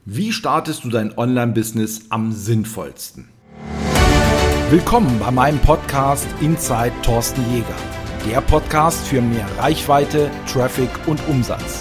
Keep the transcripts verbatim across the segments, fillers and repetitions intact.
Wie startest du dein Online-Business am sinnvollsten? Willkommen bei meinem Podcast Inside Thorsten Jäger. Der Podcast für mehr Reichweite, Traffic und Umsatz.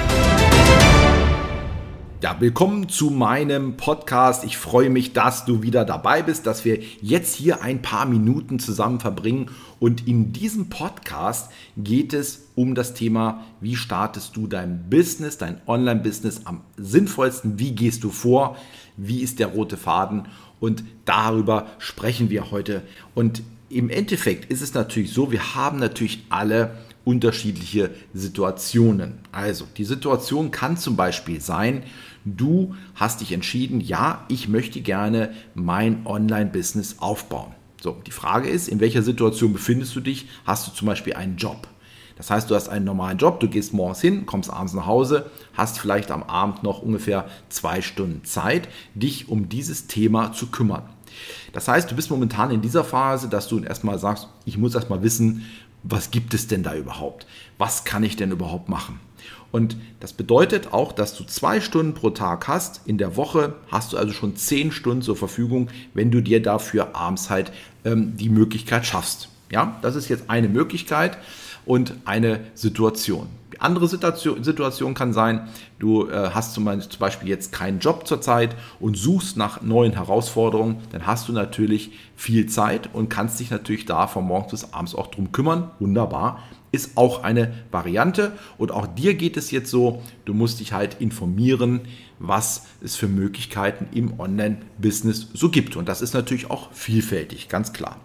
Ja, willkommen zu meinem Podcast. Ich freue mich, dass du wieder dabei bist, dass wir jetzt hier ein paar Minuten zusammen verbringen. Und in diesem Podcast geht es um das Thema, wie startest du dein Business, dein Online-Business am sinnvollsten? Wie gehst du vor? Wie ist der rote Faden? Und darüber sprechen wir heute. Und im Endeffekt ist es natürlich so, wir haben natürlich alle unterschiedliche Situationen. Also die Situation kann zum Beispiel sein, du hast dich entschieden, ja, ich möchte gerne mein Online-Business aufbauen. So, die Frage ist, in welcher Situation befindest du dich? Hast du zum Beispiel einen Job? Das heißt, du hast einen normalen Job, du gehst morgens hin, kommst abends nach Hause, hast vielleicht am Abend noch ungefähr zwei Stunden Zeit, dich um dieses Thema zu kümmern. Das heißt, du bist momentan in dieser Phase, dass du erstmal sagst, ich muss erstmal wissen, was gibt es denn da überhaupt? Was kann ich denn überhaupt machen? Und das bedeutet auch, dass du zwei Stunden pro Tag hast. In der Woche hast du also schon zehn Stunden zur Verfügung, wenn du dir dafür abends halt ähm, die Möglichkeit schaffst. Ja, das ist jetzt eine Möglichkeit und eine Situation. Die andere Situation, Situation kann sein, du äh, hast zum Beispiel jetzt keinen Job zurzeit und suchst nach neuen Herausforderungen, dann hast du natürlich viel Zeit und kannst dich natürlich da von morgens bis abends auch drum kümmern. Wunderbar, ist auch eine Variante und auch dir geht es jetzt so, du musst dich halt informieren, was es für Möglichkeiten im Online-Business so gibt und das ist natürlich auch vielfältig, ganz klar.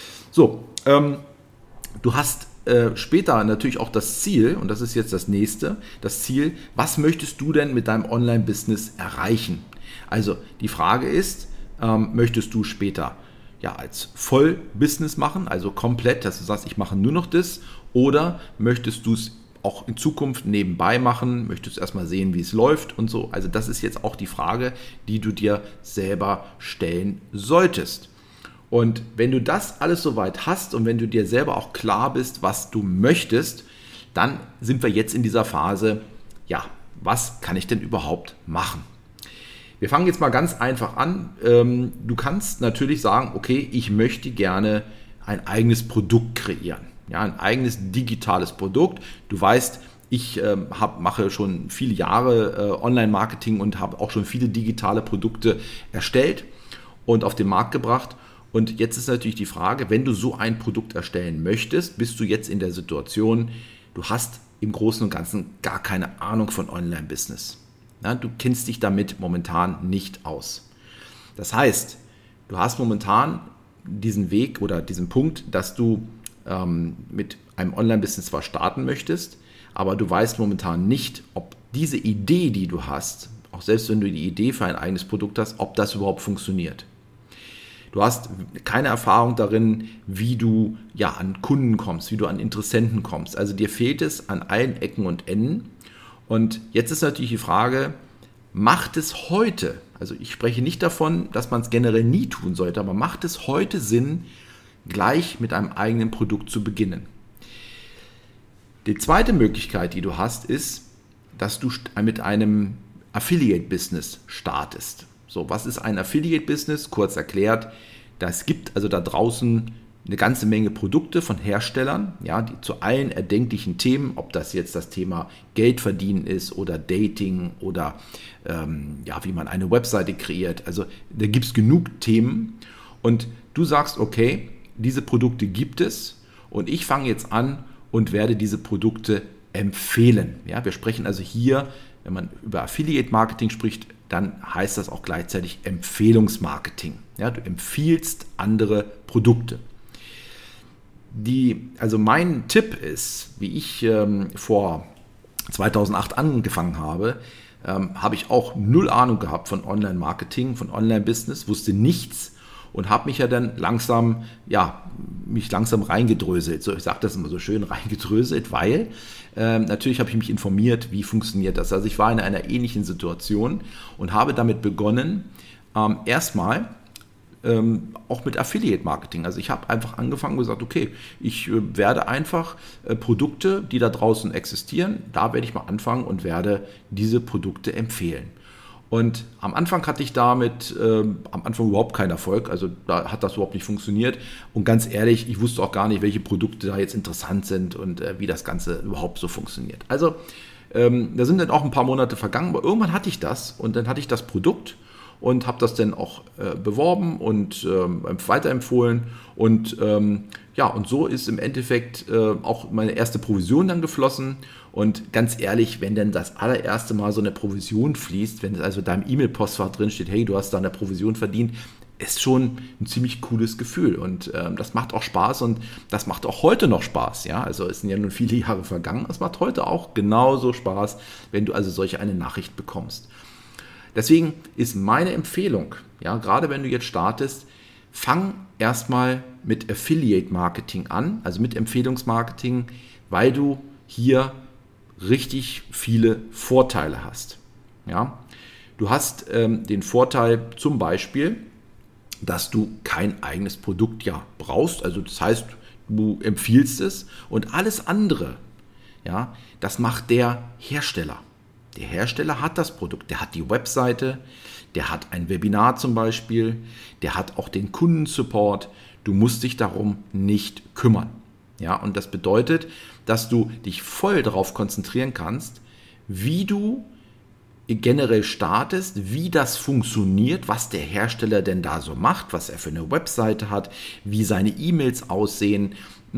So, ähm, du hast später natürlich auch das Ziel, und das ist jetzt das nächste, das Ziel, was möchtest du denn mit deinem Online-Business erreichen? Also die Frage ist, ähm, möchtest du später ja als Voll-Business machen, also komplett, dass du sagst, ich mache nur noch das, oder möchtest du es auch in Zukunft nebenbei machen, möchtest du erstmal sehen, wie es läuft und so. Also das ist jetzt auch die Frage, die du dir selber stellen solltest. Und wenn du das alles soweit hast und wenn du dir selber auch klar bist, was du möchtest, dann sind wir jetzt in dieser Phase, ja, was kann ich denn überhaupt machen? Wir fangen jetzt mal ganz einfach an. Du kannst natürlich sagen, okay, ich möchte gerne ein eigenes Produkt kreieren, ja, ein eigenes digitales Produkt. Du weißt, ich äh, hab, mache schon viele Jahre äh, Online-Marketing und habe auch schon viele digitale Produkte erstellt und auf den Markt gebracht. Und jetzt ist natürlich die Frage, wenn du so ein Produkt erstellen möchtest, bist du jetzt in der Situation, du hast im Großen und Ganzen gar keine Ahnung von Online-Business. Ja, du kennst dich damit momentan nicht aus. Das heißt, du hast momentan diesen Weg oder diesen Punkt, dass du ähm, mit einem Online-Business zwar starten möchtest, aber du weißt momentan nicht, ob diese Idee, die du hast, auch selbst wenn du die Idee für ein eigenes Produkt hast, ob das überhaupt funktioniert. Du hast keine Erfahrung darin, wie du ja an Kunden kommst, wie du an Interessenten kommst. Also dir fehlt es an allen Ecken und Enden. Und jetzt ist natürlich die Frage, macht es heute, also ich spreche nicht davon, dass man es generell nie tun sollte, aber macht es heute Sinn, gleich mit einem eigenen Produkt zu beginnen? Die zweite Möglichkeit, die du hast, ist, dass du mit einem Affiliate-Business startest. So, was ist ein Affiliate-Business? Kurz erklärt, das gibt also da draußen eine ganze Menge Produkte von Herstellern, ja, die zu allen erdenklichen Themen, ob das jetzt das Thema Geld verdienen ist oder Dating oder ähm, ja, wie man eine Webseite kreiert. Also da gibt es genug Themen und du sagst, okay, diese Produkte gibt es und ich fange jetzt an und werde diese Produkte empfehlen. Ja, wir sprechen also hier, wenn man über Affiliate-Marketing spricht, dann heißt das auch gleichzeitig Empfehlungsmarketing. Ja, du empfiehlst andere Produkte. Die, also mein Tipp ist, wie ich ähm, vor zweitausendacht angefangen habe, ähm, habe ich auch null Ahnung gehabt von Online-Marketing, von Online-Business, wusste nichts und habe mich ja dann langsam, ja, mich langsam reingedröselt. So, ich sage das immer so schön, reingedröselt, weil ähm, natürlich habe ich mich informiert, wie funktioniert das. Also ich war in einer ähnlichen Situation und habe damit begonnen, ähm, erstmal ähm, auch mit Affiliate-Marketing. Also ich habe einfach angefangen und gesagt, okay, ich äh, werde einfach äh, Produkte, die da draußen existieren, da werde ich mal anfangen und werde diese Produkte empfehlen. Und am Anfang hatte ich damit äh, am Anfang überhaupt keinen Erfolg, also da hat das überhaupt nicht funktioniert. Und ganz ehrlich, ich wusste auch gar nicht, welche Produkte da jetzt interessant sind und äh, wie das Ganze überhaupt so funktioniert. Also ähm, da sind dann auch ein paar Monate vergangen, aber irgendwann hatte ich das und dann hatte ich das Produkt und habe das dann auch äh, beworben und ähm, weiterempfohlen. Und ähm, ja, und so ist im Endeffekt äh, auch meine erste Provision dann geflossen. Und ganz ehrlich, wenn denn das allererste Mal so eine Provision fließt, wenn also da im E-Mail-Postfach drin steht, hey, du hast da eine Provision verdient, ist schon ein ziemlich cooles Gefühl. Und ähm, das macht auch Spaß und das macht auch heute noch Spaß. Ja, also es sind ja nun viele Jahre vergangen. Es macht heute auch genauso Spaß, wenn du also solche eine Nachricht bekommst. Deswegen ist meine Empfehlung, ja, gerade wenn du jetzt startest, fang erstmal mit Affiliate Marketing an, also mit Empfehlungsmarketing, weil du hier richtig viele Vorteile hast. Ja? Du hast ähm, den Vorteil zum Beispiel, dass du kein eigenes Produkt ja brauchst, also das heißt, du empfiehlst es und alles andere, ja, das macht der Hersteller. Der Hersteller hat das Produkt, der hat die Webseite, der hat ein Webinar zum Beispiel, der hat auch den Kundensupport. Du musst dich darum nicht kümmern. Ja, und das bedeutet, dass du dich voll darauf konzentrieren kannst, wie du generell startest, wie das funktioniert, was der Hersteller denn da so macht, was er für eine Webseite hat, wie seine E-Mails aussehen,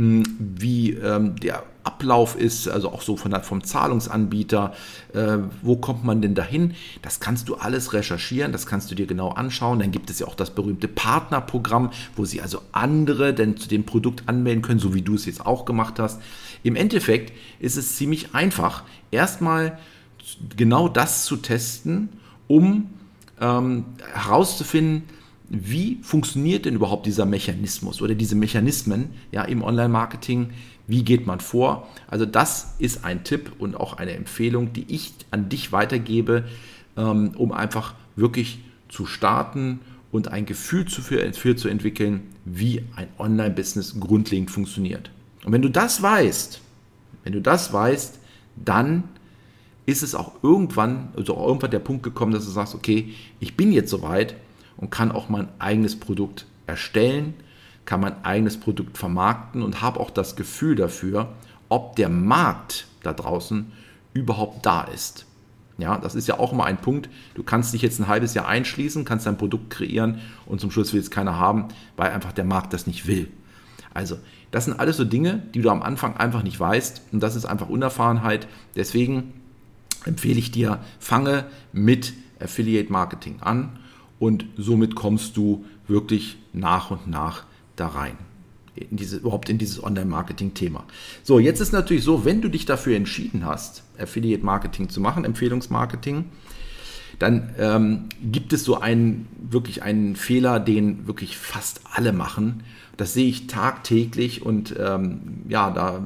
wie ähm, der Ablauf ist, also auch so von der, vom Zahlungsanbieter, äh, wo kommt man denn dahin? Das kannst du alles recherchieren, das kannst du dir genau anschauen. Dann gibt es ja auch das berühmte Partnerprogramm, wo sie also andere denn zu dem Produkt anmelden können, so wie du es jetzt auch gemacht hast. Im Endeffekt ist es ziemlich einfach, erstmal genau das zu testen, um ähm, herauszufinden, wie funktioniert denn überhaupt dieser Mechanismus oder diese Mechanismen ja, im Online-Marketing, wie geht man vor? Also das ist ein Tipp und auch eine Empfehlung, die ich an dich weitergebe, ähm, um einfach wirklich zu starten und ein Gefühl dafür für zu entwickeln, wie ein Online-Business grundlegend funktioniert. Und wenn du das weißt, wenn du das weißt, dann ist es auch irgendwann, also auch irgendwann der Punkt gekommen, dass du sagst, okay, ich bin jetzt soweit und kann auch mein eigenes Produkt erstellen, kann mein eigenes Produkt vermarkten und habe auch das Gefühl dafür, ob der Markt da draußen überhaupt da ist. Ja, das ist ja auch immer ein Punkt. Du kannst dich jetzt ein halbes Jahr einschließen, kannst dein Produkt kreieren und zum Schluss will es keiner haben, weil einfach der Markt das nicht will. Also, das sind alles so Dinge, die du am Anfang einfach nicht weißt und das ist einfach Unerfahrenheit. Deswegen empfehle ich dir, fange mit Affiliate Marketing an und somit kommst du wirklich nach und nach da rein. In diese, überhaupt in dieses Online-Marketing-Thema. So, jetzt ist natürlich so, wenn du dich dafür entschieden hast, Affiliate-Marketing zu machen, Empfehlungsmarketing, dann ähm, gibt es so einen, wirklich einen Fehler, den wirklich fast alle machen. Das sehe ich tagtäglich und ähm, ja, da,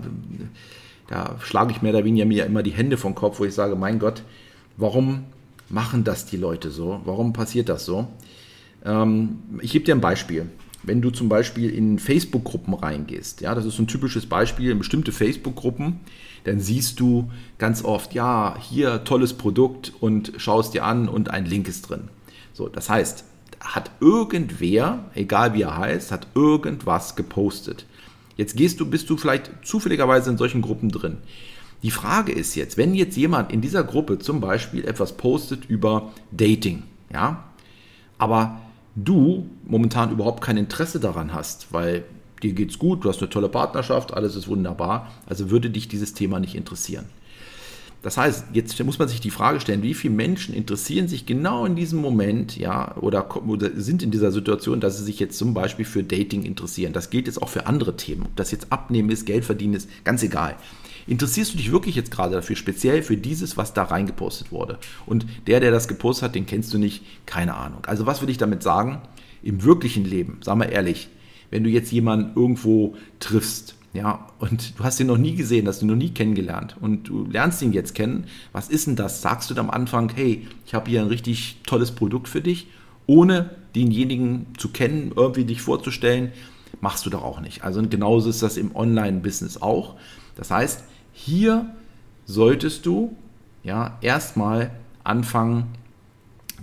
da schlage ich mehr oder weniger mir immer die Hände vom Kopf, wo ich sage, mein Gott, warum machen das die Leute so? Warum passiert das so? Ähm, ich gebe dir ein Beispiel. Wenn du zum Beispiel in Facebook-Gruppen reingehst, ja, das ist so ein typisches Beispiel, in bestimmte Facebook-Gruppen, dann siehst du ganz oft, ja, hier tolles Produkt und schaust dir an und ein Link ist drin. So, das heißt, hat irgendwer, egal wie er heißt, hat irgendwas gepostet. Jetzt gehst du, bist du vielleicht zufälligerweise in solchen Gruppen drin. Die Frage ist jetzt, wenn jetzt jemand in dieser Gruppe zum Beispiel etwas postet über Dating, ja, aber du momentan überhaupt kein Interesse daran hast, weil dir geht's gut, du hast eine tolle Partnerschaft, alles ist wunderbar, also würde dich dieses Thema nicht interessieren. Das heißt, jetzt muss man sich die Frage stellen, wie viele Menschen interessieren sich genau in diesem Moment, ja, oder, oder sind in dieser Situation, dass sie sich jetzt zum Beispiel für Dating interessieren. Das gilt jetzt auch für andere Themen, ob das jetzt Abnehmen ist, Geld verdienen ist, ganz egal. Interessierst du dich wirklich jetzt gerade dafür, speziell für dieses, was da reingepostet wurde? Und der, der das gepostet hat, den kennst du nicht, keine Ahnung. Also was will ich damit sagen? Im wirklichen Leben, sag mal ehrlich, wenn du jetzt jemanden irgendwo triffst, ja, und du hast ihn noch nie gesehen, hast ihn noch nie kennengelernt und du lernst ihn jetzt kennen, was ist denn das? Sagst du am Anfang, hey, ich habe hier ein richtig tolles Produkt für dich, ohne denjenigen zu kennen, irgendwie dich vorzustellen, machst du doch auch nicht. Also genauso ist das im Online-Business auch. Das heißt, hier solltest du ja erstmal anfangen,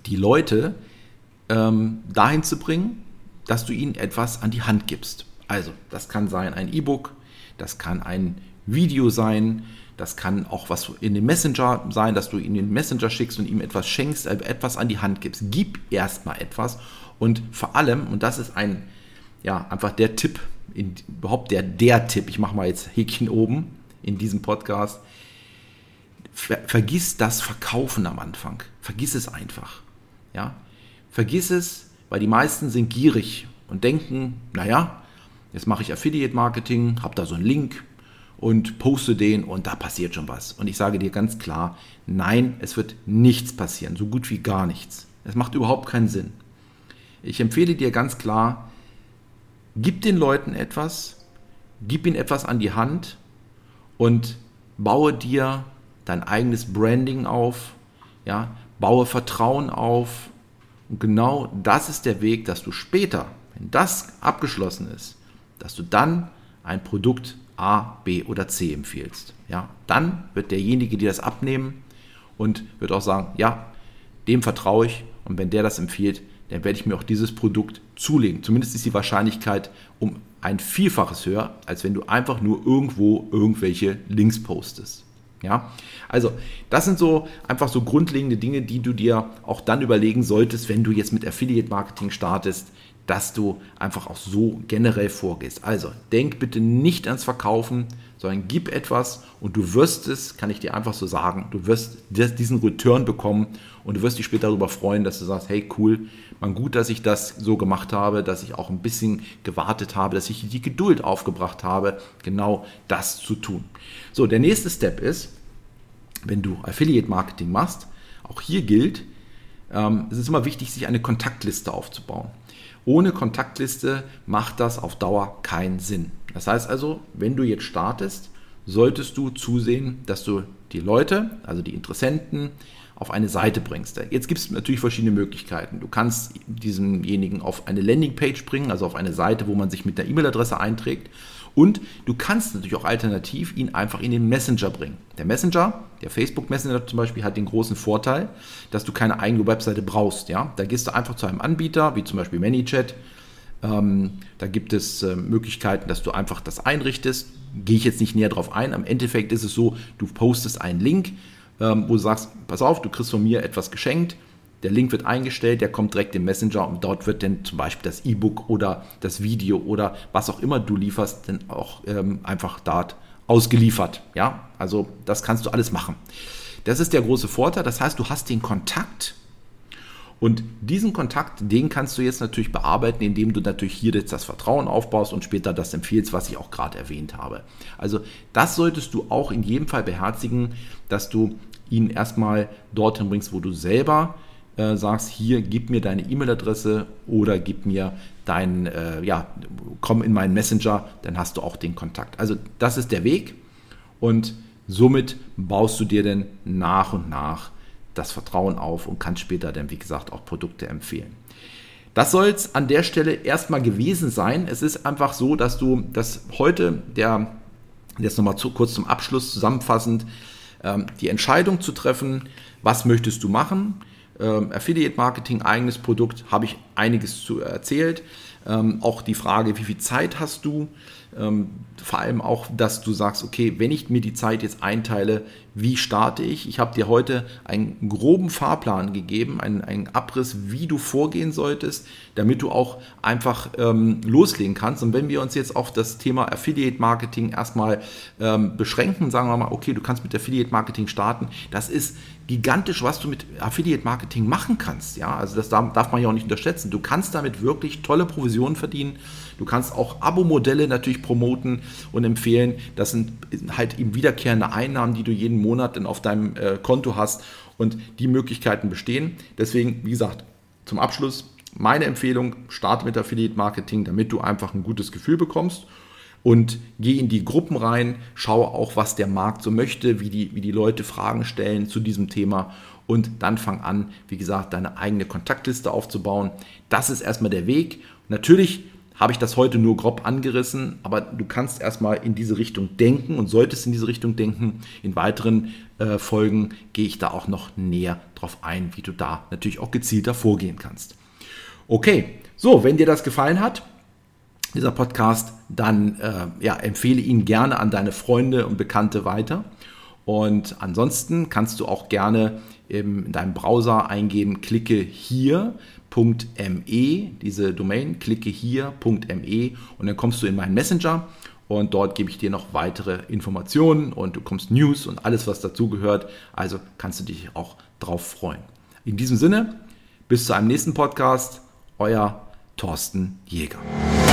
die Leute ähm, dahin zu bringen, dass du ihnen etwas an die Hand gibst. Also, das kann sein ein E-Book, das kann ein Video sein, das kann auch was in dem Messenger sein, dass du ihm den Messenger schickst und ihm etwas schenkst, etwas an die Hand gibst. Gib erstmal etwas und vor allem, und das ist ein, ja, einfach der Tipp, in, überhaupt der, der Tipp, ich mache mal jetzt Häkchen oben in diesem Podcast, ver, vergiss das Verkaufen am Anfang. Vergiss es einfach. Ja? Vergiss es, weil die meisten sind gierig und denken, naja, jetzt mache ich Affiliate-Marketing, habe da so einen Link und poste den und da passiert schon was. Und ich sage dir ganz klar, nein, es wird nichts passieren, so gut wie gar nichts. Es macht überhaupt keinen Sinn. Ich empfehle dir ganz klar, gib den Leuten etwas, gib ihnen etwas an die Hand und baue dir dein eigenes Branding auf, ja, baue Vertrauen auf. Und genau das ist der Weg, dass du später, wenn das abgeschlossen ist, dass du dann ein Produkt A, B oder C empfiehlst. Ja, dann wird derjenige dir das abnehmen und wird auch sagen, ja, dem vertraue ich und wenn der das empfiehlt, dann werde ich mir auch dieses Produkt zulegen. Zumindest ist die Wahrscheinlichkeit um ein Vielfaches höher, als wenn du einfach nur irgendwo irgendwelche Links postest. Ja, also das sind so einfach so grundlegende Dinge, die du dir auch dann überlegen solltest, wenn du jetzt mit Affiliate Marketing startest, dass du einfach auch so generell vorgehst. Also denk bitte nicht ans Verkaufen, sondern gib etwas und du wirst es, kann ich dir einfach so sagen, du wirst diesen Return bekommen und du wirst dich später darüber freuen, dass du sagst, hey cool, man gut, dass ich das so gemacht habe, dass ich auch ein bisschen gewartet habe, dass ich die Geduld aufgebracht habe, genau das zu tun. So, der nächste Step ist, wenn du Affiliate Marketing machst, auch hier gilt, ähm, es ist immer wichtig, sich eine Kontaktliste aufzubauen. Ohne Kontaktliste macht das auf Dauer keinen Sinn. Das heißt also, wenn du jetzt startest, solltest du zusehen, dass du die Leute, also die Interessenten, auf eine Seite bringst. Jetzt gibt es natürlich verschiedene Möglichkeiten. Du kannst diesenjenigen auf eine Landingpage bringen, also auf eine Seite, wo man sich mit einer E-Mail-Adresse einträgt. Und du kannst natürlich auch alternativ ihn einfach in den Messenger bringen. Der Messenger, der Facebook Messenger zum Beispiel, hat den großen Vorteil, dass du keine eigene Webseite brauchst. Ja? Da gehst du einfach zu einem Anbieter, wie zum Beispiel ManyChat. Ähm, da gibt es äh, Möglichkeiten, dass du einfach das einrichtest. Gehe ich jetzt nicht näher drauf ein. Am Endeffekt ist es so, du postest einen Link, ähm, wo du sagst, pass auf, du kriegst von mir etwas geschenkt. Der Link wird eingestellt, der kommt direkt im Messenger und dort wird dann zum Beispiel das E-Book oder das Video oder was auch immer du lieferst, dann auch ähm, einfach dort ausgeliefert. Ja, also das kannst du alles machen. Das ist der große Vorteil. Das heißt, du hast den Kontakt und diesen Kontakt, den kannst du jetzt natürlich bearbeiten, indem du natürlich hier jetzt das Vertrauen aufbaust und später das empfiehlst, was ich auch gerade erwähnt habe. Also das solltest du auch in jedem Fall beherzigen, dass du ihn erstmal dorthin bringst, wo du selber Äh, sagst, hier, gib mir deine E-Mail-Adresse oder gib mir dein, äh, ja, komm in meinen Messenger, dann hast du auch den Kontakt. Also das ist der Weg und somit baust du dir dann nach und nach das Vertrauen auf und kannst später dann, wie gesagt, auch Produkte empfehlen. Das soll es an der Stelle erstmal gewesen sein. Es ist einfach so, dass du, dass heute, der, jetzt nochmal zu, kurz zum Abschluss zusammenfassend, ähm, die Entscheidung zu treffen, was möchtest du machen, Ähm, Affiliate Marketing, eigenes Produkt, habe ich einiges zu erzählt. Ähm, auch die Frage, wie viel Zeit hast du? Ähm, vor allem auch, dass du sagst, okay, wenn ich mir die Zeit jetzt einteile, wie starte ich? Ich habe dir heute einen groben Fahrplan gegeben, einen, einen Abriss, wie du vorgehen solltest, damit du auch einfach ähm, loslegen kannst. Und wenn wir uns jetzt auf das Thema Affiliate Marketing erstmal ähm, beschränken, sagen wir mal, okay, du kannst mit Affiliate Marketing starten, das ist gigantisch, was du mit Affiliate Marketing machen kannst. Ja, also das darf man ja auch nicht unterschätzen. Du kannst damit wirklich tolle Provisionen verdienen. Du kannst auch Abo-Modelle natürlich promoten und empfehlen. Das sind halt eben wiederkehrende Einnahmen, die du jeden Monat dann auf deinem äh, Konto hast und die Möglichkeiten bestehen. Deswegen, wie gesagt, zum Abschluss meine Empfehlung, starte mit Affiliate Marketing, damit du einfach ein gutes Gefühl bekommst. Und geh in die Gruppen rein, schaue auch, was der Markt so möchte, wie die, wie die Leute Fragen stellen zu diesem Thema und dann fang an, wie gesagt, deine eigene Kontaktliste aufzubauen. Das ist erstmal der Weg. Natürlich habe ich das heute nur grob angerissen, aber du kannst erstmal in diese Richtung denken und solltest in diese Richtung denken. In weiteren äh, Folgen gehe ich da auch noch näher drauf ein, wie du da natürlich auch gezielter vorgehen kannst. Okay, so, wenn dir das gefallen hat, dieser Podcast, dann äh, ja, empfehle ihn gerne an deine Freunde und Bekannte weiter. Und ansonsten kannst du auch gerne in deinem Browser eingeben, klicke hier Punkt me, diese Domain, klicke hier Punkt me und dann kommst du in meinen Messenger und dort gebe ich dir noch weitere Informationen und du bekommst News und alles, was dazugehört. Also kannst du dich auch drauf freuen. In diesem Sinne, bis zu einem nächsten Podcast, euer Thorsten Jäger.